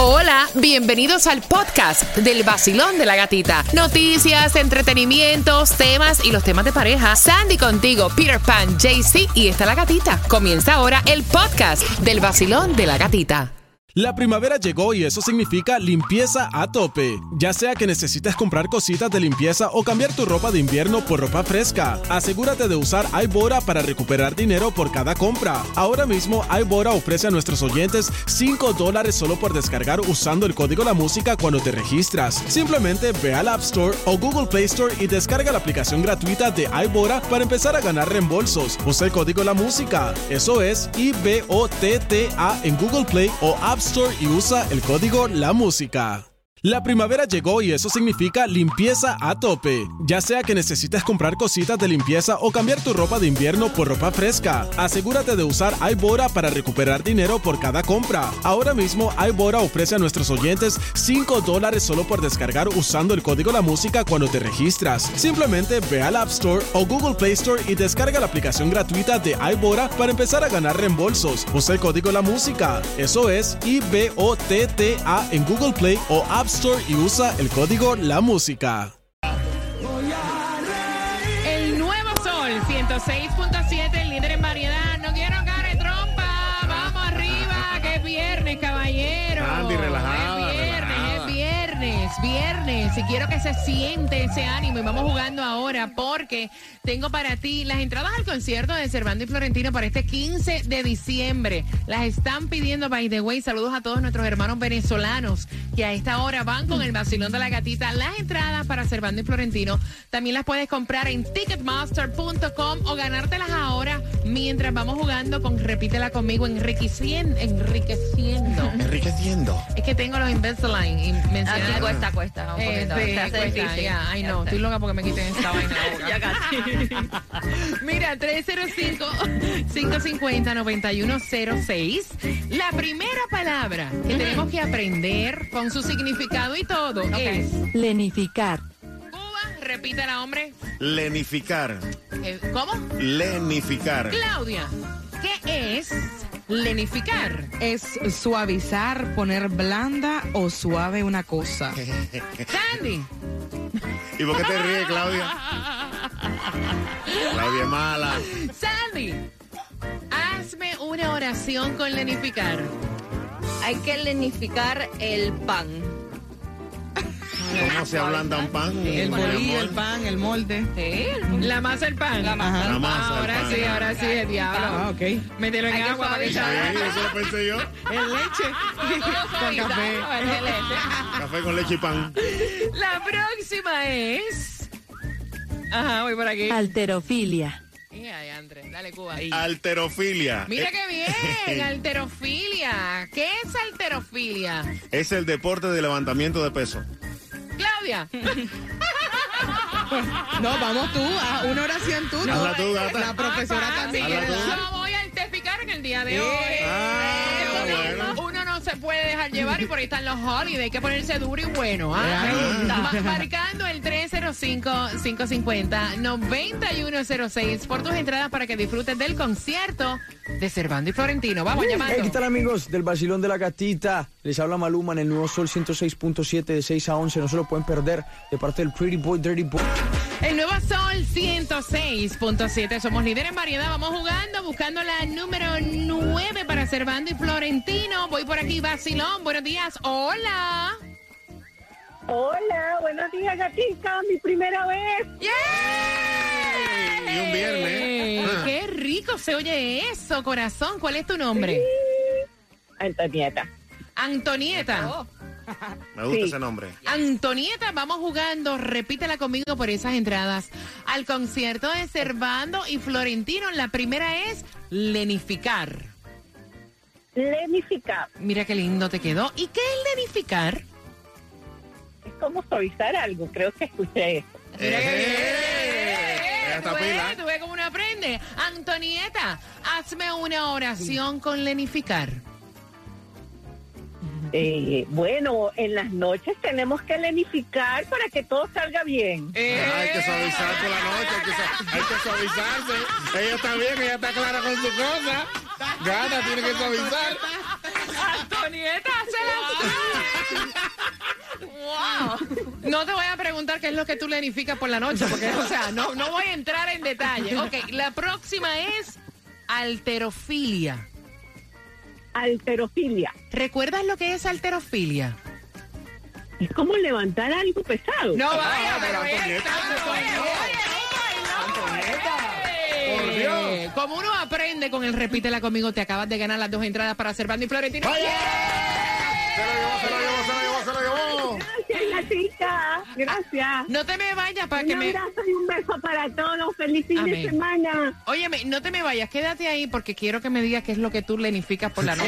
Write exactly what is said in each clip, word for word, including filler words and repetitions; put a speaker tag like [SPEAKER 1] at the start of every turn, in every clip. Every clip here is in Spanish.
[SPEAKER 1] Hola, bienvenidos al podcast del Vacilón de la Gatita. Noticias, entretenimientos, temas y los temas de pareja. Sandy contigo, Peter Pan, J C y está la gatita. Comienza ahora el podcast del Vacilón de la Gatita.
[SPEAKER 2] La primavera llegó y eso significa limpieza a tope. Ya sea que necesites comprar cositas de limpieza o cambiar tu ropa de invierno por ropa fresca, asegúrate de usar iBora para recuperar dinero por cada compra. Ahora mismo iBora ofrece a nuestros oyentes cinco dólares solo por descargar usando el código La Música cuando te registras. Simplemente ve al App Store o Google Play Store y descarga la aplicación gratuita de iBora para empezar a ganar reembolsos. Usa el código La Música. Eso es I B O T T A en Google Play o App Store y usa el código La Música. La primavera llegó y eso significa limpieza a tope. Ya sea que necesites comprar cositas de limpieza o cambiar tu ropa de invierno por ropa fresca, asegúrate de usar iBora para recuperar dinero por cada compra. Ahora mismo iBora ofrece a nuestros oyentes cinco dólares solo por descargar usando el código La Música cuando te registras. Simplemente ve al App Store o Google Play Store y descarga la aplicación gratuita de iBora para empezar a ganar reembolsos. Usa el código La Música. Eso es I B O T T A en Google Play o App Store y usa el código La Música.
[SPEAKER 1] El Nuevo Sol ciento seis punto siete, el líder en variedad. No quiero cara de trompa. Vamos arriba, que es viernes, caballero.
[SPEAKER 3] Andy, relajada,
[SPEAKER 1] es viernes,
[SPEAKER 3] relajada.
[SPEAKER 1] es viernes, viernes. Y quiero que se siente ese ánimo. Y vamos jugando ahora porque tengo para ti las entradas al concierto de Servando y Florentino para este quince de diciembre. Las están pidiendo, by the way. Saludos a todos nuestros hermanos venezolanos que a esta hora van con el Vacilón de la Gatita. Las entradas para Servando y Florentino también las puedes comprar en ticketmaster punto com o ganártelas ahora mientras vamos jugando con Repítela Conmigo, enriqueciendo. Enriqueciendo.
[SPEAKER 3] Enriqueciendo.
[SPEAKER 1] Es que tengo los Invisalign y mencioné.
[SPEAKER 4] Aquí cuesta, cuesta un
[SPEAKER 1] Eh,
[SPEAKER 4] poquito.
[SPEAKER 1] sí,
[SPEAKER 4] se hace
[SPEAKER 1] cuesta,
[SPEAKER 4] difícil.
[SPEAKER 1] ya. Ay,
[SPEAKER 4] Ya
[SPEAKER 1] no,
[SPEAKER 4] sé.
[SPEAKER 1] estoy loca porque me quiten esta vaina de la boca.
[SPEAKER 4] Ya casi.
[SPEAKER 1] Mira, tres cero cinco, cinco cinco cero, nueve uno cero seis. La primera palabra que tenemos que aprender con su significado y todo es
[SPEAKER 5] Lenificar.
[SPEAKER 1] Cuba. Repítela, hombre.
[SPEAKER 3] Lenificar.
[SPEAKER 1] Eh, ¿Cómo?
[SPEAKER 3] Lenificar.
[SPEAKER 1] Claudia, ¿qué es lenificar?
[SPEAKER 6] Es suavizar, poner blanda o suave una cosa.
[SPEAKER 1] Sandy.
[SPEAKER 3] ¿Y por qué te ríes, Claudia? Claudia es mala.
[SPEAKER 1] Sandy, hazme una oración con lenificar.
[SPEAKER 4] Hay que lenificar el pan.
[SPEAKER 3] ¿Cómo se ablanda un pan?
[SPEAKER 6] El
[SPEAKER 3] mi
[SPEAKER 6] bolillo,
[SPEAKER 3] amor?
[SPEAKER 6] el pan, el molde.
[SPEAKER 4] Sí.
[SPEAKER 1] La masa, el pan.
[SPEAKER 4] La masa.
[SPEAKER 6] Ajá.
[SPEAKER 3] La masa, el
[SPEAKER 1] Ahora
[SPEAKER 3] pan.
[SPEAKER 1] sí, ahora sí, el diablo.
[SPEAKER 6] Ah, ok.
[SPEAKER 1] Mételo en
[SPEAKER 4] Hay que
[SPEAKER 1] agua para que
[SPEAKER 3] Sí,
[SPEAKER 1] salga.
[SPEAKER 3] eso lo pensé yo.
[SPEAKER 6] En leche. Con café.
[SPEAKER 3] Café con leche y pan.
[SPEAKER 1] La próxima es... Ajá, voy por aquí.
[SPEAKER 5] Alterofilia.
[SPEAKER 1] Ay, ay, Andrés, dale, Cuba.
[SPEAKER 3] Alterofilia.
[SPEAKER 1] Mira
[SPEAKER 3] Eh,
[SPEAKER 1] qué bien, alterofilia. ¿Qué es alterofilia?
[SPEAKER 3] Es el deporte de levantamiento de peso.
[SPEAKER 1] Claudia.
[SPEAKER 6] No, vamos tú, a una oración tú.
[SPEAKER 3] Hazla
[SPEAKER 6] ¿no?
[SPEAKER 3] tú, gata.
[SPEAKER 6] La profesora
[SPEAKER 1] Ah,
[SPEAKER 6] también.
[SPEAKER 1] sí,
[SPEAKER 3] Hazla tú.
[SPEAKER 1] yo voy a altificar en el día de hoy.
[SPEAKER 3] Ah,
[SPEAKER 1] Uno-
[SPEAKER 3] bueno.
[SPEAKER 1] Uno no se puede dejar llevar y por ahí están los holidays. Hay que ponerse duro y bueno. ¿ah?
[SPEAKER 6] Me gusta.
[SPEAKER 1] Ma- marcando el tres cero cinco, cinco cinco cero, nueve uno cero seis por tus entradas para que disfrutes del concierto de Servando y Florentino. Vamos llamando.
[SPEAKER 7] Hey, ¿qué tal, amigos del Vacilón de la Gatita? Les habla Maluma en el Nuevo Sol ciento seis punto siete de seis a once. No se lo pueden perder de parte del Pretty Boy, Dirty Boy.
[SPEAKER 1] El Nuevo Sol ciento seis punto siete. Somos líderes en variedad. Vamos jugando, buscando la número nueve para Servando y Florentino. Voy por aquí, Vacilón. Buenos días. Hola.
[SPEAKER 8] Hola, buenos días, gatita, mi primera vez.
[SPEAKER 3] Y un viernes. Ah.
[SPEAKER 1] ¡Qué rico se oye eso, corazón! ¿Cuál es tu nombre?
[SPEAKER 8] Antonieta.
[SPEAKER 1] Antonieta.
[SPEAKER 3] Me gusta
[SPEAKER 8] Sí.
[SPEAKER 3] ese nombre.
[SPEAKER 1] Antonieta, vamos jugando. Repítela conmigo por esas entradas al concierto de Servando y Florentino. La primera es lenificar.
[SPEAKER 8] Lenificar.
[SPEAKER 1] Mira qué lindo te quedó. ¿Y qué es lenificar?
[SPEAKER 8] Es como suavizar algo, creo que escuché eso.
[SPEAKER 1] Mira qué bien.
[SPEAKER 3] Eh, esta
[SPEAKER 1] ¿Tú ves?
[SPEAKER 3] pila.
[SPEAKER 1] ¿Tú ves cómo uno aprende? Antonieta, hazme una oración con lenificar.
[SPEAKER 8] Eh, bueno, en las noches tenemos que lenificar para que todo salga bien.
[SPEAKER 1] Eh,
[SPEAKER 3] Hay que suavizar por la noche, hay que, su- hay que suavizarse. Ella está bien, ella está clara con su cosa. Gata, tiene que suavizar.
[SPEAKER 1] Antonieta, hazla. No te voy a preguntar qué es lo que tú lenificas por la noche, porque, o sea, no, no voy a entrar en detalle. Ok, la próxima es halterofilia.
[SPEAKER 8] Alterofilia.
[SPEAKER 1] ¿Recuerdas lo que es halterofilia?
[SPEAKER 8] Es como levantar algo pesado.
[SPEAKER 1] No vaya, pero
[SPEAKER 3] Antonieta,
[SPEAKER 1] esta, oye, oye, oye,
[SPEAKER 3] Por Dios.
[SPEAKER 1] como uno aprende con el repítela conmigo, te acabas de ganar las dos entradas para Servando y Florentino.
[SPEAKER 3] ¡Vaya! Se lo llevó, se lo llevó, se lo llevó, se lo llevó.
[SPEAKER 8] Gracias, gatita. Gracias.
[SPEAKER 1] No te me vayas para que
[SPEAKER 8] Un
[SPEAKER 1] me...
[SPEAKER 8] abrazo y un beso para todos. Feliz fin
[SPEAKER 1] Amén.
[SPEAKER 8] de semana.
[SPEAKER 1] Óyeme, no te me vayas, quédate ahí porque quiero que me digas qué es lo que tú lenificas por la noche.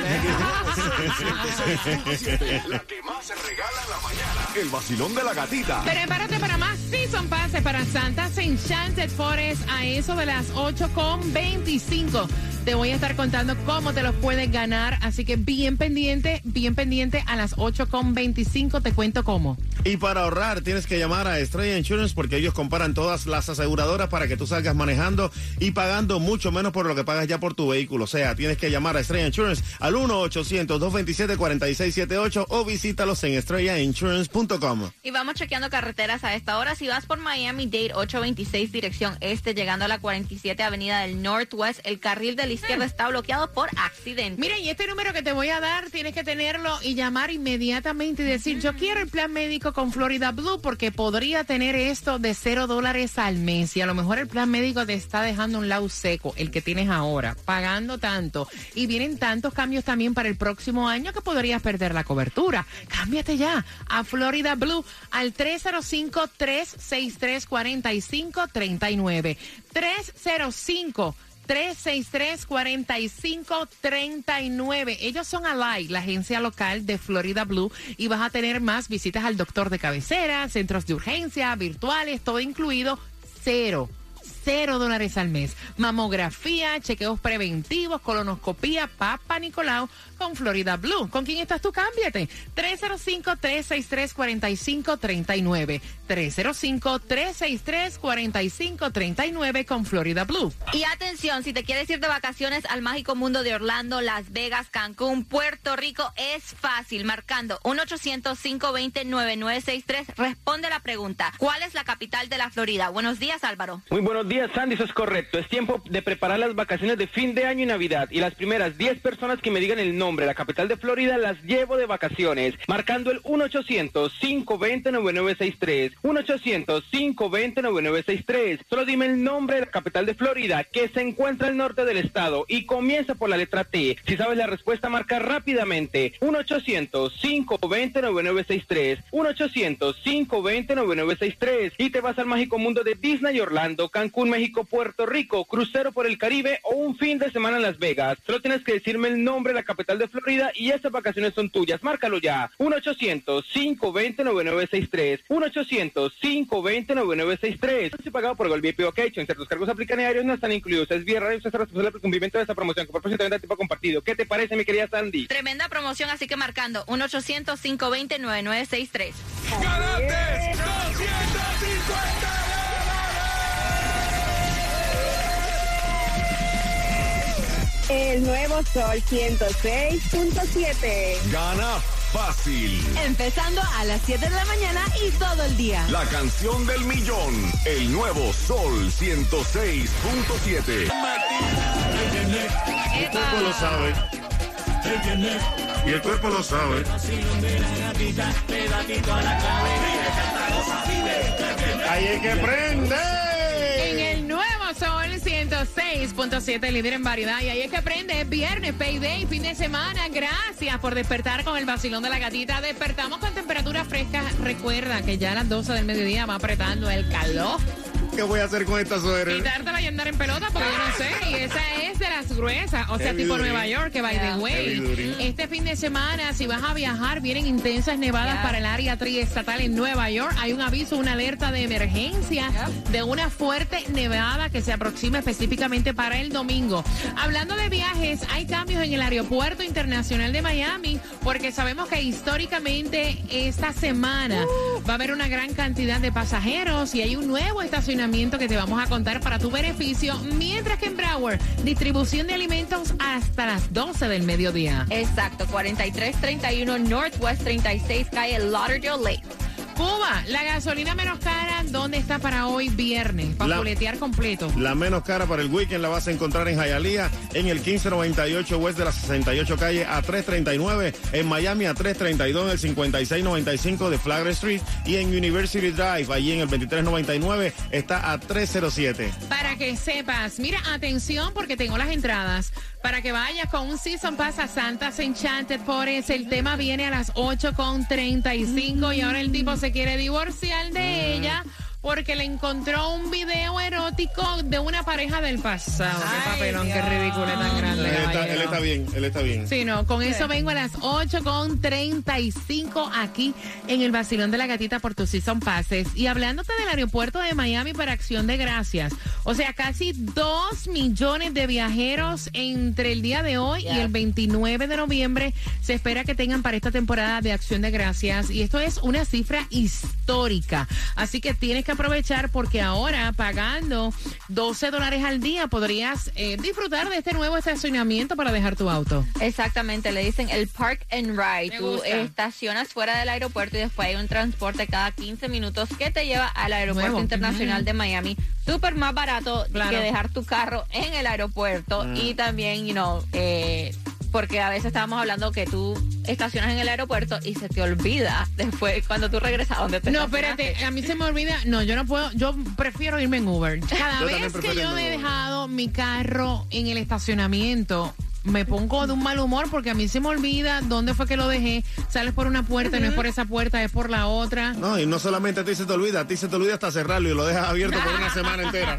[SPEAKER 9] La que más se regala en la mañana. El vacilón de la gatita.
[SPEAKER 1] Prepárate para más Season Passes para Santa's Enchanted Forest a eso de las ocho con veinticinco. Te voy a estar contando cómo te los puedes ganar, así que bien pendiente, bien pendiente a las ocho con veinticinco te cuento cómo.
[SPEAKER 3] Y para ahorrar tienes que llamar a Estrella Insurance porque ellos comparan todas las aseguradoras para que tú salgas manejando y pagando mucho menos por lo que pagas ya por tu vehículo. O sea, tienes que llamar a Estrella Insurance al uno ochocientos, dos veintisiete, cuarenta y seis setenta y ocho o visítalos en estrella insurance punto com.
[SPEAKER 4] Y vamos chequeando carreteras a esta hora. Si vas por Miami-Dade ocho veintiséis dirección este, llegando a la cuarenta y siete Avenida del Northwest, el carril de la izquierda está bloqueado por accidente.
[SPEAKER 1] Mira, y este número que te voy a dar, tienes que tenerlo y llamar inmediatamente y decir, yo quiero el plan médico con Florida Blue porque podría tener esto de cero dólares al mes y a lo mejor el plan médico te está dejando un lado seco, el que tienes ahora, pagando tanto y vienen tantos cambios también para el próximo año que podrías perder la cobertura. Cámbiate ya a Florida Blue al tres cero cinco, tres seis tres, cuatro cinco tres nueve. tres cero cinco, tres seis tres, cuatro cinco tres nueve. Ellos son Alive, la agencia local de Florida Blue, y vas a tener más visitas al doctor de cabecera, centros de urgencia, virtuales, todo incluido, cero. Cero dólares al mes. Mamografía, chequeos preventivos, colonoscopía, Papa Nicolau con Florida Blue. ¿Con quién estás tú? Cámbiate. tres cero cinco, tres seis tres, cuatro cinco tres nueve. tres cero cinco, tres seis tres, cuatro cinco tres nueve con Florida Blue.
[SPEAKER 4] Y atención, si te quieres ir de vacaciones al mágico mundo de Orlando, Las Vegas, Cancún, Puerto Rico, es fácil. Marcando uno ochocientos, cinco veinte, nueve nueve seis tres. Responde la pregunta. ¿Cuál es la capital de la Florida? Buenos días, Álvaro.
[SPEAKER 10] Muy buenos días, Sandy, eso es correcto. Es tiempo de preparar las vacaciones de fin de año y Navidad. Y las primeras diez personas que me digan el nombre de la capital de Florida las llevo de vacaciones. Marcando el uno ochocientos, cinco veinte, nueve nueve seis tres. uno ochocientos, cinco veinte, nueve nueve seis tres. Solo dime el nombre de la capital de Florida, que se encuentra al norte del estado y comienza por la letra T. Si sabes la respuesta, marca rápidamente. uno ochocientos, cinco veinte, nueve nueve seis tres. uno ochocientos, cinco veinte, nueve nueve seis tres. Y te vas al mágico mundo de Disney Orlando, Cancún, México, Puerto Rico, crucero por el Caribe o un fin de semana en Las Vegas. Solo tienes que decirme el nombre de la capital de Florida y esas vacaciones son tuyas. Márcalo ya. uno ochocientos, cinco veinte, nueve nueve seis tres. uno ochocientos, cinco veinte, nueve nueve seis tres. No se pagado por Golby P O Vacation. Ciertos cargos aplican y aéreos no están incluidos. Es vía radio, usted es responsable por el cumplimiento de esta promoción que por propósito de tipo compartido. ¿Qué te parece, mi querida Sandy?
[SPEAKER 4] Tremenda promoción, así que marcando uno ochocientos, cinco veinte, nueve nueve seis tres.
[SPEAKER 9] ¡Ganaste doscientos cincuenta!
[SPEAKER 8] El nuevo Sol ciento seis punto siete.
[SPEAKER 9] Gana fácil.
[SPEAKER 5] Empezando a las siete de la mañana y todo el día.
[SPEAKER 9] La canción del millón. El nuevo Sol ciento seis punto siete.
[SPEAKER 3] El cuerpo lo sabe. Y el cuerpo lo sabe. Ahí es que prende.
[SPEAKER 1] En el nuevo Sol ciento seis punto siete, líder en variedad. Y ahí es que prende, es viernes, payday, fin de semana. Gracias por despertar con el vacilón de la gatita. Despertamos con temperaturas frescas. Recuerda que ya a las doce del mediodía va apretando el calor.
[SPEAKER 3] ¿Qué voy a hacer con esta suerte?
[SPEAKER 1] Quitártela y andar en pelota, porque yo no sé. Y esa es de las gruesas, o sea,
[SPEAKER 3] Heavy
[SPEAKER 1] tipo
[SPEAKER 3] duty.
[SPEAKER 1] Nueva York, que by the way.
[SPEAKER 3] Heavy duty.
[SPEAKER 1] Este fin de semana, si vas a viajar, vienen intensas nevadas
[SPEAKER 4] Yeah.
[SPEAKER 1] para el área triestatal en Nueva York. Hay un aviso, una alerta de emergencia de una fuerte nevada que se aproxima específicamente para el domingo. Hablando de viajes, hay cambios en el Aeropuerto Internacional de Miami, porque sabemos que históricamente esta semana va a haber una gran cantidad de pasajeros y hay un nuevo estacionamiento que te vamos a contar para tu beneficio, mientras que en Broward, distribución de alimentos hasta las doce del mediodía.
[SPEAKER 4] Exacto, cuarenta y tres treinta y uno Northwest treinta y seis calle Lauderdale Lake.
[SPEAKER 1] Cuba, la gasolina menos cara, ¿dónde está para hoy viernes? Para
[SPEAKER 3] La-
[SPEAKER 1] fuletear completo.
[SPEAKER 3] La menos cara para el weekend la vas a encontrar en Hialeah, en el quince noventa y ocho West de la sesenta y ocho calle a tres treinta y nueve, en Miami a tres treinta y dos, en el cincuenta y seis noventa y cinco de Flagler Street y en University Drive, allí en el veintitrés noventa y nueve está a tres cero siete.
[SPEAKER 1] Para que sepas, mira, atención porque tengo las entradas para que vayas con un Season Pass a Santa's Enchanted Forest. El tema viene a las ocho con treinta y cinco y ahora el tipo se quiere divorciar de ella porque le encontró un video erótico de una pareja del pasado. Qué papelón, qué ridículo tan grande.
[SPEAKER 3] Él está,
[SPEAKER 1] caballero.
[SPEAKER 3] él está bien, él está bien.
[SPEAKER 1] Sí, no, con eso vengo a las ocho con treinta y cinco aquí en el Vacilón de la Gatita por tus Season Passes. Y hablándote del aeropuerto de Miami para Acción de Gracias. O sea, casi dos millones de viajeros entre el día de hoy y el veintinueve de noviembre se espera que tengan para esta temporada de Acción de Gracias. Y esto es una cifra histórica. Así que tienes que aprovechar porque ahora pagando doce dólares al día podrías eh, disfrutar de este nuevo estacionamiento para dejar tu auto.
[SPEAKER 4] Exactamente, le dicen el Park and Ride.
[SPEAKER 1] Me
[SPEAKER 4] Tú
[SPEAKER 1] gusta.
[SPEAKER 4] estacionas fuera del aeropuerto y después hay un transporte cada quince minutos que te lleva al aeropuerto
[SPEAKER 1] Nuevo.
[SPEAKER 4] internacional
[SPEAKER 1] Ujú.
[SPEAKER 4] de Miami. Súper más barato
[SPEAKER 1] Claro.
[SPEAKER 4] que dejar tu carro en el aeropuerto y también, you know, eh, porque a veces estábamos hablando que tú estacionas en el aeropuerto y se te olvida después cuando tú regresas a donde te
[SPEAKER 1] No,
[SPEAKER 4] estacionaste.
[SPEAKER 1] espérate, a mí se me olvida. No, yo no puedo, yo prefiero irme en Uber. Cada
[SPEAKER 3] Yo
[SPEAKER 1] vez
[SPEAKER 3] también
[SPEAKER 1] que
[SPEAKER 3] prefiero
[SPEAKER 1] yo
[SPEAKER 3] irme
[SPEAKER 1] he
[SPEAKER 3] en Uber.
[SPEAKER 1] dejado mi carro en el estacionamiento, me pongo de un mal humor porque a mí se me olvida dónde fue que lo dejé. Sales por una puerta y no es por esa puerta, es por la otra.
[SPEAKER 3] No, y no solamente a ti se te olvida, a ti se te olvida hasta cerrarlo y lo dejas abierto por una semana entera.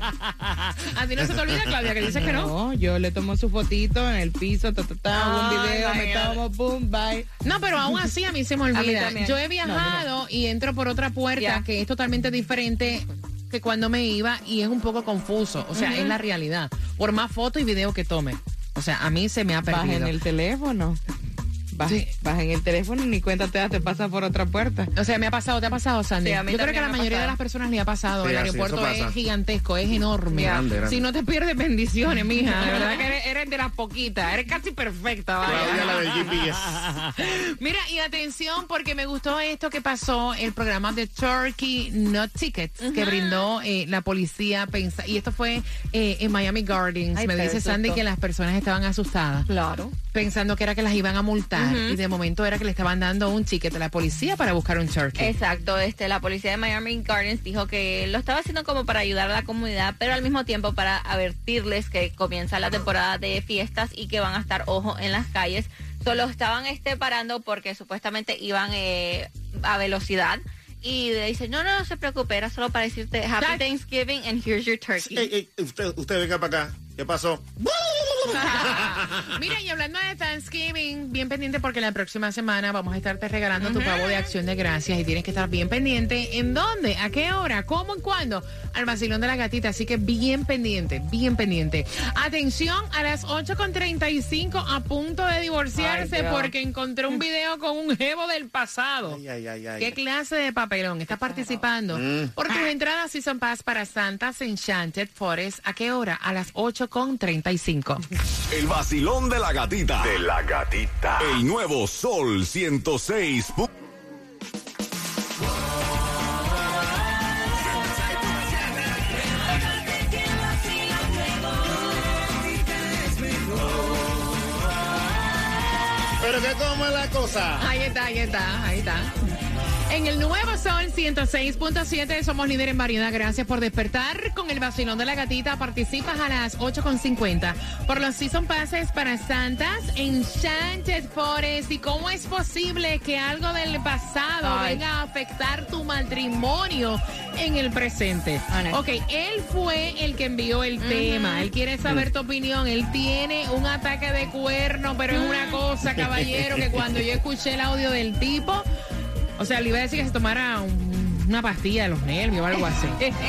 [SPEAKER 1] A ti no se te olvida, Claudia, que dices que no.
[SPEAKER 6] No, yo le tomo su fotito en el piso, ta, ta, ta, un
[SPEAKER 1] Ay,
[SPEAKER 6] video, me
[SPEAKER 1] imagínate.
[SPEAKER 6] tomo, boom, bye.
[SPEAKER 1] No, pero aún así a mí se me
[SPEAKER 4] mí
[SPEAKER 1] olvida.
[SPEAKER 4] también.
[SPEAKER 1] Yo he viajado y entro por otra puerta
[SPEAKER 4] Ya.
[SPEAKER 1] que es totalmente diferente que cuando me iba y es un poco confuso. O sea, es la realidad. Por más foto y video que tome. O sea, a mí se me ha
[SPEAKER 6] Baja
[SPEAKER 1] perdido.
[SPEAKER 6] en el teléfono. Baja,
[SPEAKER 1] Sí.
[SPEAKER 6] baja en el teléfono y ni cuenta te das, te pasa por otra puerta.
[SPEAKER 1] O sea, me ha pasado, ¿te ha pasado, Sandy?
[SPEAKER 4] Sí, a mí
[SPEAKER 1] Yo creo que
[SPEAKER 4] también
[SPEAKER 1] a la
[SPEAKER 4] me ha
[SPEAKER 1] mayoría de
[SPEAKER 4] pasado.
[SPEAKER 1] las personas le ha pasado.
[SPEAKER 3] Sí,
[SPEAKER 1] El
[SPEAKER 3] así,
[SPEAKER 1] aeropuerto
[SPEAKER 3] eso
[SPEAKER 1] es
[SPEAKER 3] pasa.
[SPEAKER 1] gigantesco, es enorme.
[SPEAKER 3] Grande, grande.
[SPEAKER 1] Si no te pierdes bendiciones, mija. De verdad que eres, eres de las poquitas. Eres casi perfecta, vaya.
[SPEAKER 3] Claudia, la del G P S.
[SPEAKER 1] Mira, y atención, porque me gustó esto que pasó, el programa de Turkey Not Tickets, que brindó eh, la policía. Pensa y esto fue eh, en Miami Gardens.
[SPEAKER 4] Ay,
[SPEAKER 1] me
[SPEAKER 4] pero
[SPEAKER 1] dice
[SPEAKER 4] susto.
[SPEAKER 1] Sandy que las personas estaban asustadas,
[SPEAKER 4] Claro.
[SPEAKER 1] pensando que era que las iban a multar. Y de momento era que le estaban dando un ticket a la policía para buscar un turkey.
[SPEAKER 4] Exacto, este, la policía de Miami Gardens dijo que lo estaba haciendo como para ayudar a la comunidad, pero al mismo tiempo para advertirles que comienza la temporada de fiestas y que van a estar ojo en las calles. Solo estaban este, parando porque supuestamente iban eh, a velocidad y le dicen, no, no, no se preocupe, era solo para decirte Happy
[SPEAKER 1] That-
[SPEAKER 4] Thanksgiving and here's your turkey.
[SPEAKER 3] Ey, ey, usted, usted venga para acá. ¿Qué pasó?
[SPEAKER 1] Mira, y hablando de Thanksgiving, bien pendiente porque la próxima semana vamos a estarte regalando tu pavo de Acción de Gracias y tienes que estar bien pendiente. ¿En dónde? ¿A qué hora? ¿Cómo y cuándo? Al Vacilón de la Gatita, así que bien pendiente, bien pendiente. Atención, a las ocho con treinta y cinco a punto de divorciarse
[SPEAKER 4] Ay, Dios.
[SPEAKER 1] porque encontré un video con un jevo del pasado.
[SPEAKER 3] Ay, ay, ay, ay.
[SPEAKER 1] ¿Qué clase de papelón? ¿Estás participando? Por tus entradas Season Pass para Santa's Enchanted Forest. ¿A qué hora? A las ocho con treinta y cinco.
[SPEAKER 9] El vacilón de la gatita. De la gatita. El nuevo Sol ciento seis. pu-
[SPEAKER 3] Pero que cómo es la cosa.
[SPEAKER 1] Ahí está, ahí está, ahí está. En el nuevo Sol ciento seis punto siete somos líder en variedad. Gracias por despertar con el vacilón de la gatita. Participas a las ocho con cincuenta por los Season Passes para Santa's Enchanted Forest. ¿Y cómo es posible que algo del pasado
[SPEAKER 4] Ay.
[SPEAKER 1] venga a afectar tu matrimonio en el presente?
[SPEAKER 4] Ah, no.
[SPEAKER 1] Ok, él fue el que envió el tema. Él quiere saber tu opinión. Él tiene un ataque de cuerno, pero es una cosa, caballero, que cuando yo escuché el audio del tipo... O sea, le iba a decir que se tomara un- una pastilla de los nervios o algo así.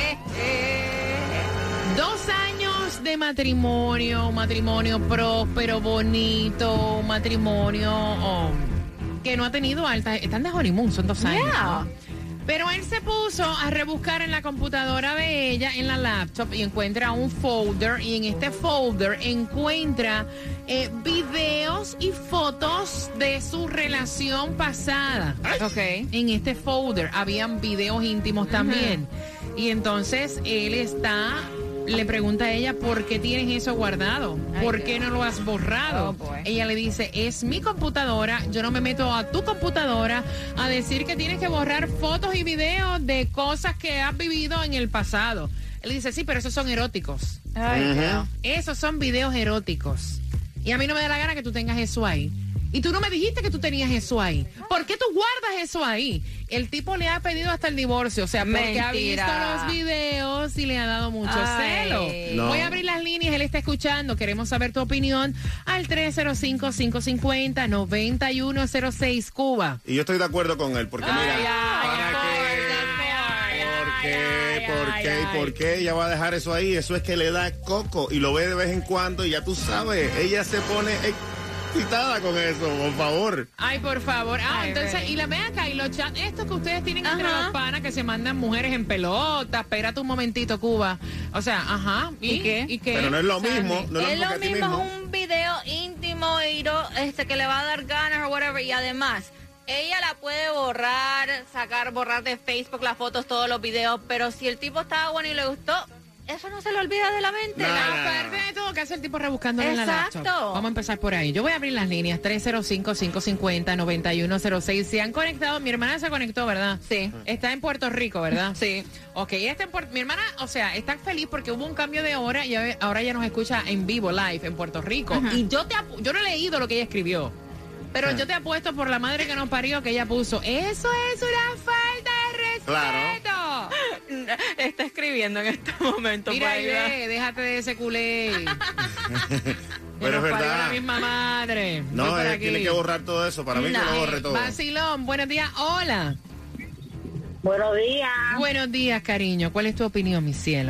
[SPEAKER 1] Dos años de matrimonio, matrimonio próspero, bonito, matrimonio oh, que no ha tenido alta. Están de honeymoon, son dos años.
[SPEAKER 4] Yeah.
[SPEAKER 1] ¿no? Pero él se puso a rebuscar en la computadora de ella, en la laptop, y encuentra un folder, y en este folder encuentra eh, videos y fotos de su relación pasada.
[SPEAKER 6] Ok.
[SPEAKER 1] En este folder habían videos íntimos también. Uh-huh. Y entonces él está... Le pregunta a ella, ¿por qué tienes eso guardado? ¿Por qué no lo has borrado?
[SPEAKER 4] Oh,
[SPEAKER 1] ella le dice, es mi computadora, yo no me meto a tu computadora a decir que tienes que borrar fotos y videos de cosas que has vivido en el pasado. Él dice, sí, pero esos son eróticos.
[SPEAKER 4] Ay,
[SPEAKER 3] Uh-huh.
[SPEAKER 1] Esos son videos eróticos. Y a mí no me da la gana que tú tengas eso ahí. Y tú no me dijiste que tú tenías eso ahí. ¿Por qué tú guardas eso ahí? El tipo le ha pedido hasta el divorcio. O sea, porque
[SPEAKER 4] Mentira.
[SPEAKER 1] ha visto los videos y le ha dado mucho
[SPEAKER 4] Ay.
[SPEAKER 1] celo.
[SPEAKER 3] No.
[SPEAKER 1] Voy a abrir las líneas, él está escuchando. Queremos saber tu opinión al tres cero cinco, cinco cinco cero, nueve uno cero seis, Cuba.
[SPEAKER 3] Y yo estoy de acuerdo con él, porque mira,
[SPEAKER 1] Ay, ay,
[SPEAKER 3] ¿para
[SPEAKER 1] ay,
[SPEAKER 3] qué?
[SPEAKER 1] ay,
[SPEAKER 3] ¿Por qué?
[SPEAKER 1] ay,
[SPEAKER 3] ¿Por
[SPEAKER 1] ay,
[SPEAKER 3] qué?
[SPEAKER 1] ay.
[SPEAKER 3] ¿Y por qué ella va a dejar eso ahí? Eso es que le da coco y lo ve de vez en cuando y ya tú sabes, ella se pone excitada con eso, por favor.
[SPEAKER 1] Ay, por favor. Ah,
[SPEAKER 4] Ay,
[SPEAKER 1] entonces,
[SPEAKER 4] really.
[SPEAKER 1] y la ven acá, y los chats, estos que ustedes tienen entre
[SPEAKER 4] Ajá.
[SPEAKER 1] los panas que se mandan mujeres en pelota, espérate un momentito, Cuba. O sea, ajá. ¿Y,
[SPEAKER 6] ¿Y qué?
[SPEAKER 1] ¿Y qué?
[SPEAKER 3] Pero no es lo
[SPEAKER 1] Sandy?
[SPEAKER 3] mismo, no es
[SPEAKER 4] Es
[SPEAKER 3] lo mismo
[SPEAKER 4] lo
[SPEAKER 3] que a ti
[SPEAKER 4] mismo,
[SPEAKER 3] mismo.
[SPEAKER 4] es un video íntimo y no, este, que le va a dar ganas o whatever. Y además, ella la puede borrar, sacar, borrar de Facebook las fotos, todos los videos. Pero si el tipo estaba bueno y le gustó, eso no se le olvida de la mente.
[SPEAKER 3] No,
[SPEAKER 1] La
[SPEAKER 3] no, no.
[SPEAKER 1] parte de todo que hace el tipo rebuscándole en la
[SPEAKER 4] Exacto.
[SPEAKER 1] laptop. Vamos a empezar por ahí. Yo voy a abrir las líneas tres cero cinco, cinco cinco cero, nueve uno cero seis. Se han conectado, mi hermana se conectó, ¿verdad?
[SPEAKER 4] Sí.
[SPEAKER 1] Está en Puerto Rico, ¿verdad?
[SPEAKER 4] Sí.
[SPEAKER 1] Ok, ella está en Puerto... Mi hermana, o sea, está feliz porque hubo un cambio de hora y ahora ella nos escucha en vivo, live, en Puerto Rico. Y yo te apu- yo no he leído lo que ella escribió, pero yo te apuesto por la madre que nos parió que ella puso, eso es una falta de respeto.
[SPEAKER 3] Claro.
[SPEAKER 4] Está escribiendo en este momento.
[SPEAKER 1] Mira,
[SPEAKER 4] por ahí, ¿verdad?
[SPEAKER 1] Aide, déjate de ese culé. Que
[SPEAKER 3] Pero es
[SPEAKER 1] nos parió
[SPEAKER 3] verdad.
[SPEAKER 1] la misma madre. Voy
[SPEAKER 3] No,
[SPEAKER 1] por
[SPEAKER 3] él
[SPEAKER 1] aquí.
[SPEAKER 3] tiene que borrar todo eso. Para mí
[SPEAKER 4] No.
[SPEAKER 3] que lo borre todo.
[SPEAKER 1] Vacilón, buenos días. Hola.
[SPEAKER 8] Buenos días.
[SPEAKER 1] Buenos días, cariño. ¿Cuál es tu opinión, mi cielo?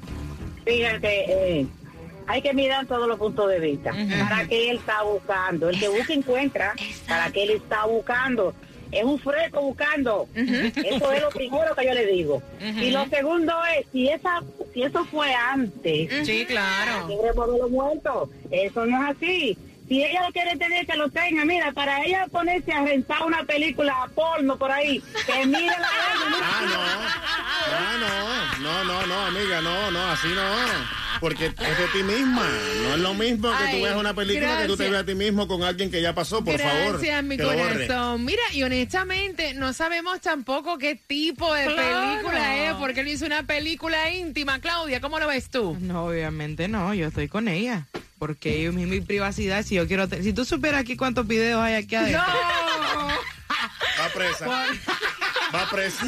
[SPEAKER 8] Fíjate, eh, hay que mirar todos los puntos de vista.
[SPEAKER 1] Ujú.
[SPEAKER 8] ¿Para qué él está buscando? El que busca encuentra. ¿Para qué él está buscando? Es un fresco buscando. Eso es lo primero que yo le digo.
[SPEAKER 1] Ujú.
[SPEAKER 8] Y lo segundo es, si esa, si eso fue antes,
[SPEAKER 1] Sí, claro.
[SPEAKER 8] queremos verlo muerto. Eso no es así. Si ella lo quiere tener, que lo tenga. Mira, para ella ponerse a rentar una película porno por ahí, que mire la
[SPEAKER 3] Ah, no. Ah, no. No, no, no, amiga, no, no, así no. Porque es de ti misma. No es lo mismo que
[SPEAKER 1] Ay,
[SPEAKER 3] tú veas una película que tú te
[SPEAKER 1] gracias.
[SPEAKER 3] veas a ti mismo con alguien que ya pasó, por favor.
[SPEAKER 1] Gracias, mi
[SPEAKER 3] que lo borre.
[SPEAKER 1] corazón. Mira, y honestamente, no sabemos tampoco qué tipo de
[SPEAKER 6] Claro.
[SPEAKER 1] película es, porque él hizo una película íntima. Claudia, ¿cómo lo ves tú?
[SPEAKER 6] No, obviamente no, yo estoy con ella. Porque yo, mi, mi privacidad, si yo quiero... te- si tú supieras aquí cuántos videos hay aquí adentro.
[SPEAKER 3] Va presa. Va presa.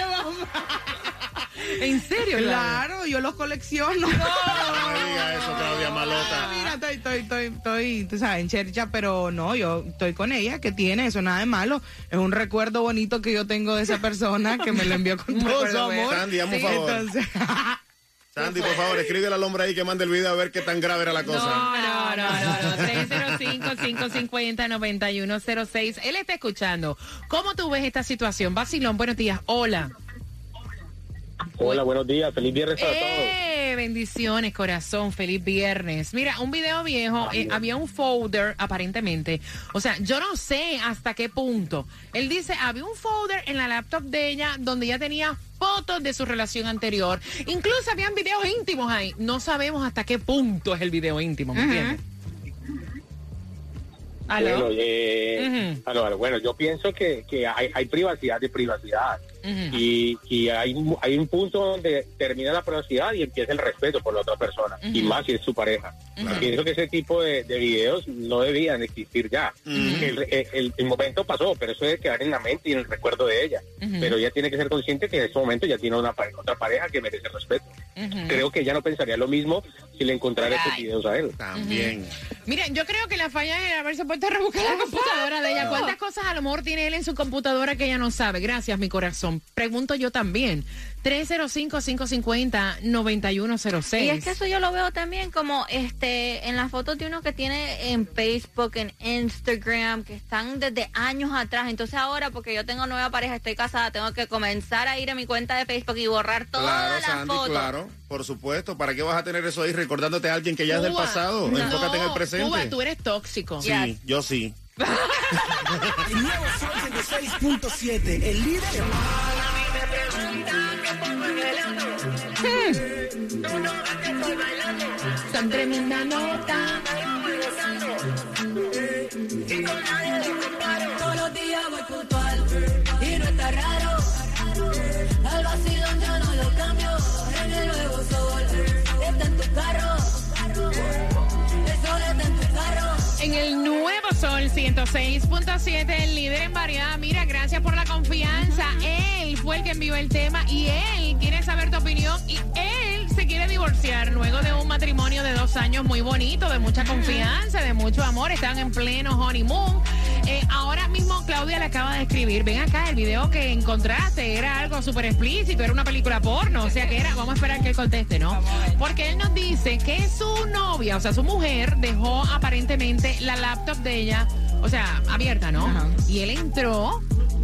[SPEAKER 1] ¿En serio? Claudia?
[SPEAKER 6] Claro, yo los colecciono.
[SPEAKER 3] No me diga eso, Claudia Malota.
[SPEAKER 6] Ah, mira, estoy, estoy, estoy, estoy, tú sabes, en chercha, pero no, yo estoy con ella, que tiene eso, nada de malo. Es un recuerdo bonito que yo tengo de esa persona que me lo envió con todo su
[SPEAKER 1] recuerdo
[SPEAKER 6] amor.
[SPEAKER 3] Sandy, hazme un favor.
[SPEAKER 6] Entonces,
[SPEAKER 3] Sandy, por favor, escríbele al hombre ahí que mande el video a ver qué tan grave era la cosa.
[SPEAKER 1] No, no, no, no, no. tres cero cinco, cinco cinco cero, nueve uno cero seis. Él está escuchando. ¿Cómo tú ves esta situación? Vacilón, buenos días. Hola.
[SPEAKER 11] Hola, buenos días. Feliz viernes para todos.
[SPEAKER 1] Eh, bendiciones, corazón. Feliz viernes. Mira, un video viejo, eh, había un folder, aparentemente. O sea, yo no sé hasta qué punto. Él dice, había un folder en la laptop de ella donde ella tenía fotos de su relación anterior. Incluso habían videos íntimos ahí. No sabemos hasta qué punto es el video íntimo, ¿me entiendes? ¿Aló?
[SPEAKER 11] Bueno, eh,
[SPEAKER 1] Ujú.
[SPEAKER 11] aló, aló. Bueno, yo pienso que, que hay, hay privacidad de privacidad.
[SPEAKER 1] Ujú.
[SPEAKER 11] Y, y hay, un- hay un punto donde termina la privacidad y empieza el respeto por la otra persona. Y
[SPEAKER 1] Ujú.
[SPEAKER 11] más si es su pareja.
[SPEAKER 1] Ujú.
[SPEAKER 11] Pienso que ese tipo de, de videos no debían existir ya. el, el- el momento pasó, pero eso debe quedar en la mente y en el recuerdo de ella.
[SPEAKER 1] Ujú.
[SPEAKER 11] Pero ella tiene que ser consciente que en ese momento ya tiene una pare- otra pareja que merece respeto.
[SPEAKER 1] Ujú.
[SPEAKER 11] Creo que ella no pensaría lo mismo si difícil encontrar esos videos a él.
[SPEAKER 3] También.
[SPEAKER 1] Uh-huh. Miren, yo creo que la falla es haberse puesto a rebuscar la computadora de ella. ¿Cuántas cosas a lo mejor tiene él en su computadora que ella no sabe? Gracias, mi corazón. Pregunto yo también. tres cero cinco, cinco cinco cero, nueve uno cero seis.
[SPEAKER 4] Y es que eso yo lo veo también como este en las fotos de uno que tiene en Facebook, en Instagram, que están desde años atrás. Entonces ahora, porque yo tengo nueva pareja, estoy casada, tengo que comenzar a ir a mi cuenta de Facebook y borrar todas
[SPEAKER 3] Claro,
[SPEAKER 4] las
[SPEAKER 3] Sandy,
[SPEAKER 4] fotos.
[SPEAKER 3] claro, por supuesto. ¿Para qué vas a tener eso ahí recordándote a alguien que ya es del pasado?
[SPEAKER 1] No,
[SPEAKER 3] Enfócate en el presente.
[SPEAKER 1] Cuba, tú eres tóxico.
[SPEAKER 3] Sí,
[SPEAKER 1] Yes.
[SPEAKER 3] yo sí.
[SPEAKER 12] El nuevo Sol ciento seis punto siete, el líder.
[SPEAKER 1] Tan tremenda nota.
[SPEAKER 13] Todos los días voy puntual y no está raro. Al vacilón ya no lo cambio. En el nuevo Sol está en tu carro. El sol está en tu carro.
[SPEAKER 1] En el nuevo Sol ciento seis punto siete, el líder en variedad. Mira, gracias por la confianza. Él fue el que envió el tema y él quiere saber tu opinión y él se quiere divorciar luego de un matrimonio de dos años muy bonito, de mucha confianza, de mucho amor. Están en pleno honeymoon. Eh, ahora mismo Claudia le acaba de escribir, ven acá, el video que encontraste era algo súper explícito, era una película porno, o sea que era, vamos a esperar que él conteste, ¿no? Porque él nos dice que su novia, o sea, su mujer, dejó aparentemente la laptop de ella, o sea, abierta, ¿no? Ajá. Y él entró,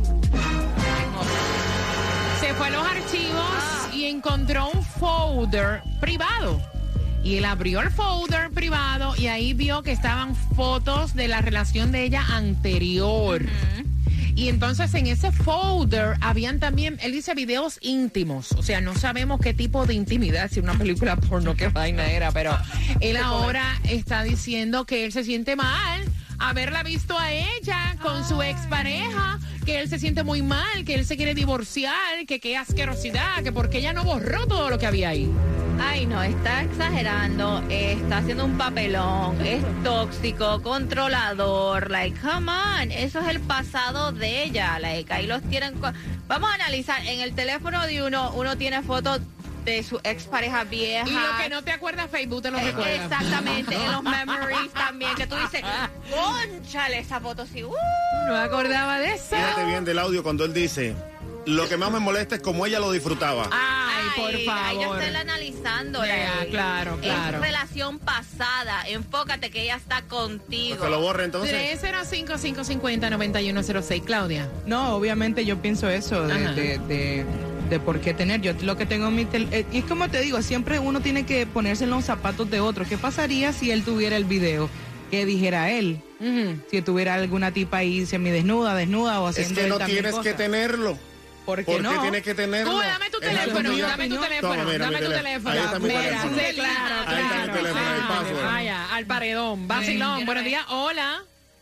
[SPEAKER 1] se fue a los archivos y encontró un folder privado. Y él abrió el folder privado y ahí vio que estaban fotos de la relación de ella anterior. Uh-huh. Y entonces en ese folder habían también, él dice videos íntimos. O sea, no sabemos qué tipo de intimidad, si una película porno, qué vaina era, pero él ahora está diciendo que él se siente mal haberla visto a ella con su expareja, que él se siente muy mal, que él se quiere divorciar, que qué asquerosidad, que porque ella no borró todo lo que había ahí.
[SPEAKER 4] Ay, no, está exagerando, está haciendo un papelón, es tóxico, controlador, like, come on, eso es el pasado de ella, like, ahí los tienen. Vamos a analizar, en el teléfono de uno, uno tiene fotos de su expareja vieja.
[SPEAKER 1] Y lo que no te acuerdas, Facebook te lo
[SPEAKER 4] eh,
[SPEAKER 1] recuerda.
[SPEAKER 4] Exactamente, en los memories también, que tú dices, cónchale, esa foto sí, uh.
[SPEAKER 1] No me acordaba de eso.
[SPEAKER 3] Fíjate bien del audio cuando él dice, lo que más me molesta es cómo ella lo disfrutaba.
[SPEAKER 1] Ay, por
[SPEAKER 4] Ay,
[SPEAKER 1] favor.
[SPEAKER 4] Ay, yo estoy analizando.
[SPEAKER 1] Yeah, claro, claro.
[SPEAKER 4] Es relación pasada. Enfócate que ella está contigo.
[SPEAKER 3] Pues que lo borre entonces.
[SPEAKER 1] tres cero cinco, cinco cinco cero, nueve uno cero seis, Claudia.
[SPEAKER 6] No, obviamente yo pienso eso de, de, de, de por qué tener. Yo lo que tengo en mi tel eh, y es como te digo, siempre uno tiene que ponerse en los zapatos de otro. ¿Qué pasaría si él tuviera el video? ¿Qué dijera él? Uh-huh. Si tuviera alguna tipa ahí semidesnuda, desnuda o haciendo
[SPEAKER 3] Es que no
[SPEAKER 6] él también
[SPEAKER 3] tienes
[SPEAKER 6] cosas.
[SPEAKER 3] que tenerlo.
[SPEAKER 6] ¿Por qué
[SPEAKER 3] ¿Por
[SPEAKER 6] no?
[SPEAKER 3] qué tienes que tenerlo?
[SPEAKER 1] Tú, dame tu
[SPEAKER 3] Es
[SPEAKER 1] teléfono,
[SPEAKER 3] algo
[SPEAKER 1] dame tu teléfono,
[SPEAKER 3] Toma, mira,
[SPEAKER 1] dame
[SPEAKER 3] mi
[SPEAKER 1] tu
[SPEAKER 3] teléfono.
[SPEAKER 1] teléfono.
[SPEAKER 3] Ahí está mi
[SPEAKER 1] Mira,
[SPEAKER 3] teléfono.
[SPEAKER 1] sí, claro,
[SPEAKER 3] Ahí está mi
[SPEAKER 1] claro.
[SPEAKER 3] teléfono, el
[SPEAKER 1] Ah,
[SPEAKER 3] password.
[SPEAKER 1] Vaya, al paredón. Vacilón, buenos días, hola.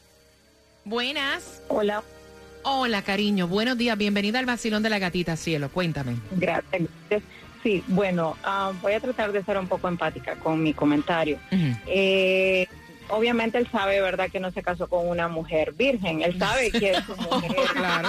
[SPEAKER 1] Buenas.
[SPEAKER 8] Hola.
[SPEAKER 1] Hola, cariño, buenos días, bienvenida al vacilón de la gatita, cielo, cuéntame.
[SPEAKER 8] Gracias. Sí, bueno, uh, voy a tratar de ser un poco empática con mi comentario. Uh-huh. eh, obviamente él sabe, ¿verdad?, que no se casó con una mujer virgen. Él sabe que es su mujer.
[SPEAKER 6] Claro.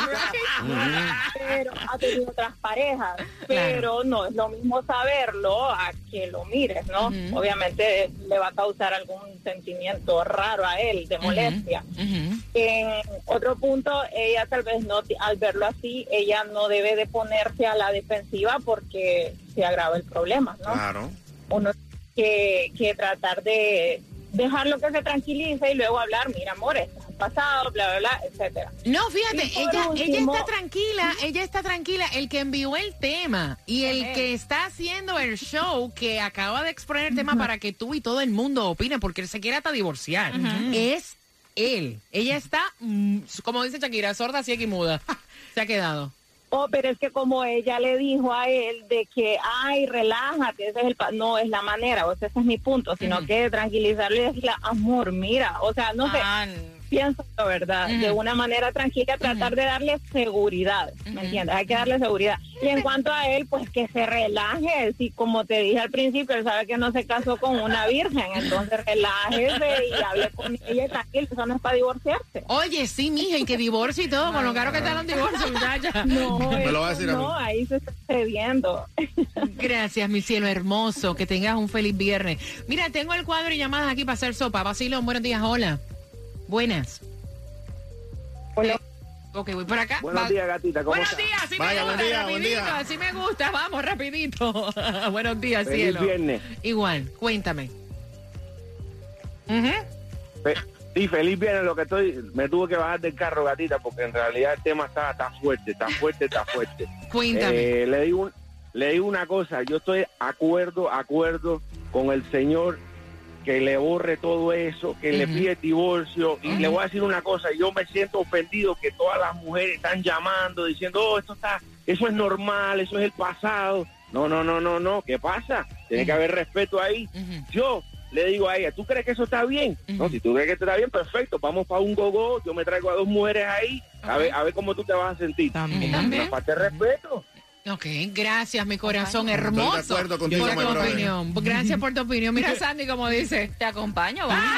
[SPEAKER 8] Pero ha tenido otras parejas. Pero claro, no es lo mismo saberlo a que lo mires, ¿no? Uh-huh. Obviamente le va a causar algún sentimiento raro a él, de molestia. Uh-huh. Uh-huh. En otro punto, ella tal vez no, al verlo así, ella no debe de ponerse a la defensiva porque se agrava el problema, ¿no?
[SPEAKER 3] Claro.
[SPEAKER 8] Uno que, que tratar de dejarlo que se tranquilice y luego hablar, mira, amor, esto es pasado, bla, bla, bla, etcétera.
[SPEAKER 1] No, fíjate, ella,
[SPEAKER 8] último,
[SPEAKER 1] ella está tranquila, ella está tranquila. El que envió el tema y el uh-huh. que está haciendo el show, que acaba de exponer el uh-huh. tema para que tú y todo el mundo opine, porque él se quiere hasta divorciar, uh-huh. es él. Ella está, como dice Shakira, sorda, ciega y muda. Se ha quedado.
[SPEAKER 8] Oh, pero es que como ella le dijo a él de que, ay, relájate, ese es el pa no es la manera, o sea, ese es mi punto, sino uh-huh. que tranquilizarlo y decirle, amor, mira, o sea, no sé, pienso la verdad,
[SPEAKER 1] Ujú.
[SPEAKER 8] de una manera tranquila, tratar de darle seguridad, ¿me entiendes? Hay que darle seguridad. Y en cuanto a él, pues que se relaje, si como te dije al principio, él sabe que no se casó con una virgen, entonces relájese y hable con ella y tranquilo, eso no es para divorciarse.
[SPEAKER 1] Oye, sí, mija, y que divorcio y todo, con lo caro que están los divorcios, muchacha.
[SPEAKER 8] No,
[SPEAKER 3] Me lo va a
[SPEAKER 8] eso
[SPEAKER 3] decir a mí.
[SPEAKER 8] no, ahí se está cediendo.
[SPEAKER 1] Gracias, mi cielo hermoso. Que tengas un feliz viernes. Mira, tengo el cuadro y llamadas aquí para hacer sopa. Basilón, buenos días, hola. Buenas.
[SPEAKER 8] Hola.
[SPEAKER 1] Ok, voy por acá.
[SPEAKER 14] Buenos
[SPEAKER 1] Va-
[SPEAKER 14] días, gatita, ¿cómo
[SPEAKER 1] Buenos
[SPEAKER 14] estás?
[SPEAKER 1] días, así
[SPEAKER 3] Vaya,
[SPEAKER 1] me
[SPEAKER 3] buen
[SPEAKER 1] gusta,
[SPEAKER 3] día, buen
[SPEAKER 1] rapidito,
[SPEAKER 3] día.
[SPEAKER 1] así me gusta, vamos, rapidito. Buenos días,
[SPEAKER 14] Feliz
[SPEAKER 1] cielo.
[SPEAKER 14] viernes.
[SPEAKER 1] Igual, cuéntame. Ujú.
[SPEAKER 14] Fe- Sí, feliz viernes. Lo que estoy, me tuve que bajar del carro, gatita, porque en realidad el tema está, está fuerte, está fuerte, está fuerte.
[SPEAKER 1] Cuéntame.
[SPEAKER 14] Eh, le digo un, le digo una cosa, yo estoy acuerdo, acuerdo con el señor que le borre todo eso, que le
[SPEAKER 1] Ujú.
[SPEAKER 14] pide divorcio, y
[SPEAKER 1] Ujú.
[SPEAKER 14] le voy a decir una cosa, yo me siento ofendido que todas las mujeres están llamando, diciendo, oh, esto está, eso es normal, eso es el pasado. No, no, no, no, no, ¿qué pasa? Tiene que haber respeto ahí.
[SPEAKER 1] Ujú.
[SPEAKER 14] Yo le digo a ella, ¿tú crees que eso está bien?
[SPEAKER 1] Ujú.
[SPEAKER 14] No, si tú crees que está bien, perfecto, vamos para un gogo, yo me traigo a dos mujeres ahí, a ver, a ver cómo tú te vas a sentir.
[SPEAKER 6] También.
[SPEAKER 1] También.
[SPEAKER 14] Una falta de respeto.
[SPEAKER 1] Ok, gracias, mi corazón
[SPEAKER 3] Estoy
[SPEAKER 1] hermoso.
[SPEAKER 3] de acuerdo contigo,
[SPEAKER 1] por
[SPEAKER 3] my
[SPEAKER 1] tu
[SPEAKER 3] brother.
[SPEAKER 1] opinión. Gracias por tu opinión. Mira, Sandy, como dice.
[SPEAKER 4] Te acompaño, vamos.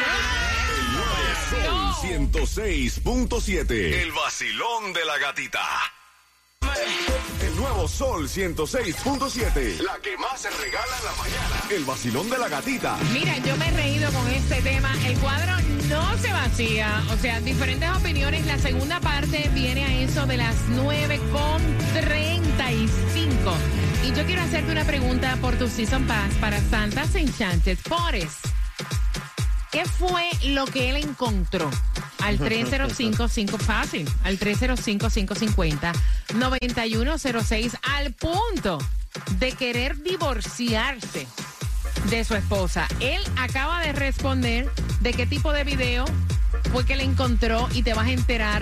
[SPEAKER 9] Sol ciento seis punto siete. El vacilón de la gatita. El nuevo Sol ciento seis punto siete. La que más se regala en la mañana. El vacilón de la gatita.
[SPEAKER 1] Mira, yo me he reído con este tema. El cuadro no se vacía. O sea, diferentes opiniones. La segunda parte viene a eso de las nueve con treinta y cinco. Y yo quiero hacerte una pregunta por tu Season Pass para Santa's Enchanted Forest. ¿Qué fue lo que él encontró? Al tres cero cinco cinco fácil, al tres cero cinco cinco cinco cero nueve uno cero seis, al punto de querer divorciarse de su esposa. Él acaba de responder de qué tipo de video fue que le encontró y te vas a enterar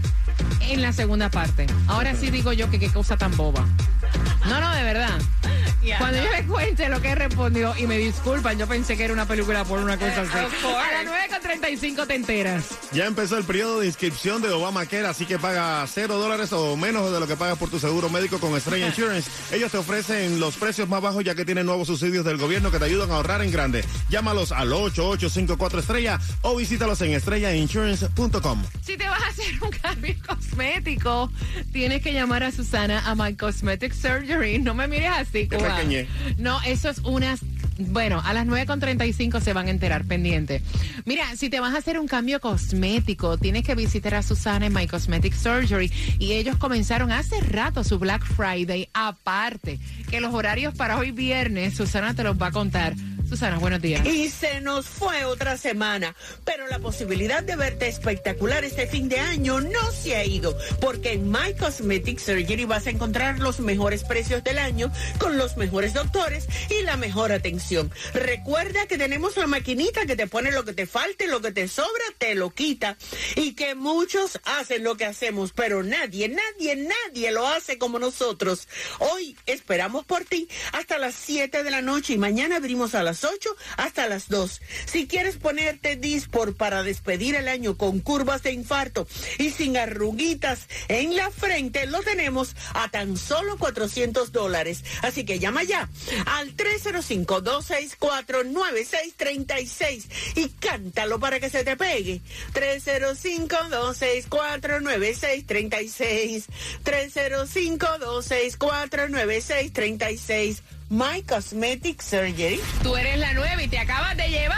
[SPEAKER 1] en la segunda parte. Ahora sí digo yo que qué cosa tan boba. No, no, de verdad. Cuando yo le cuente lo que respondió, y me disculpan, yo pensé que era una película por una cosa así. A las nueve con treinta y cinco te enteras.
[SPEAKER 3] Ya empezó el periodo de inscripción de Obamacare, así que paga cero dólares o menos de lo que pagas por tu seguro médico con Estrella Insurance. Ellos te ofrecen los precios más bajos ya que tienen nuevos subsidios del gobierno que te ayudan a ahorrar en grande. Llámalos al ocho ocho cinco cuatro estrella o visítalos en estrella insurance punto com.
[SPEAKER 1] Si te vas a hacer un cambio cosmético, tienes que llamar a Susana a My Cosmetic Surgery. No me mires así,
[SPEAKER 3] Qué
[SPEAKER 1] Cuba.
[SPEAKER 3] pequeñez.
[SPEAKER 1] No, eso es unas... Bueno, a las nueve con treinta y cinco se van a enterar, pendiente. Mira, si te vas a hacer un cambio cosmético, tienes que visitar a Susana en My Cosmetic Surgery. Y ellos comenzaron hace rato su Black Friday. Aparte, que los horarios para hoy viernes, Susana te los va a contar. Susana, buenos días.
[SPEAKER 15] Y se nos fue otra semana, pero la posibilidad de verte espectacular este fin de año no se ha ido, porque en My Cosmetic Surgery vas a encontrar los mejores precios del año con los mejores doctores y la mejor atención. Recuerda que tenemos la maquinita que te pone lo que te falte, lo que te sobra, te lo quita, y que muchos hacen lo que hacemos, pero nadie, nadie, nadie lo hace como nosotros. Hoy esperamos por ti hasta las siete de la noche y mañana abrimos a las ocho hasta las dos. Si quieres ponerte Dysport para despedir el año con curvas de infarto y sin arruguitas en la frente, lo tenemos a tan solo cuatrocientos dólares. Así que llama ya al tres cero cinco, dos seis cuatro, nueve seis tres seis y cántalo para que se te pegue. tres cero cinco, dos seis cuatro, nueve seis tres seis. tres cero cinco, dos seis cuatro, nueve seis tres seis. My Cosmetic Surgery.
[SPEAKER 1] Tú eres la nueva y te acabas de llevar.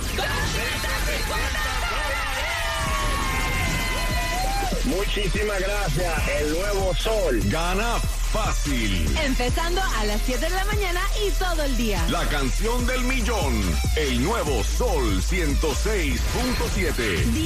[SPEAKER 9] Muchísimas gracias. El nuevo Sol. Gana fácil.
[SPEAKER 5] Empezando a las siete de la mañana y todo el día.
[SPEAKER 9] La canción del millón. El nuevo Sol ciento seis punto siete.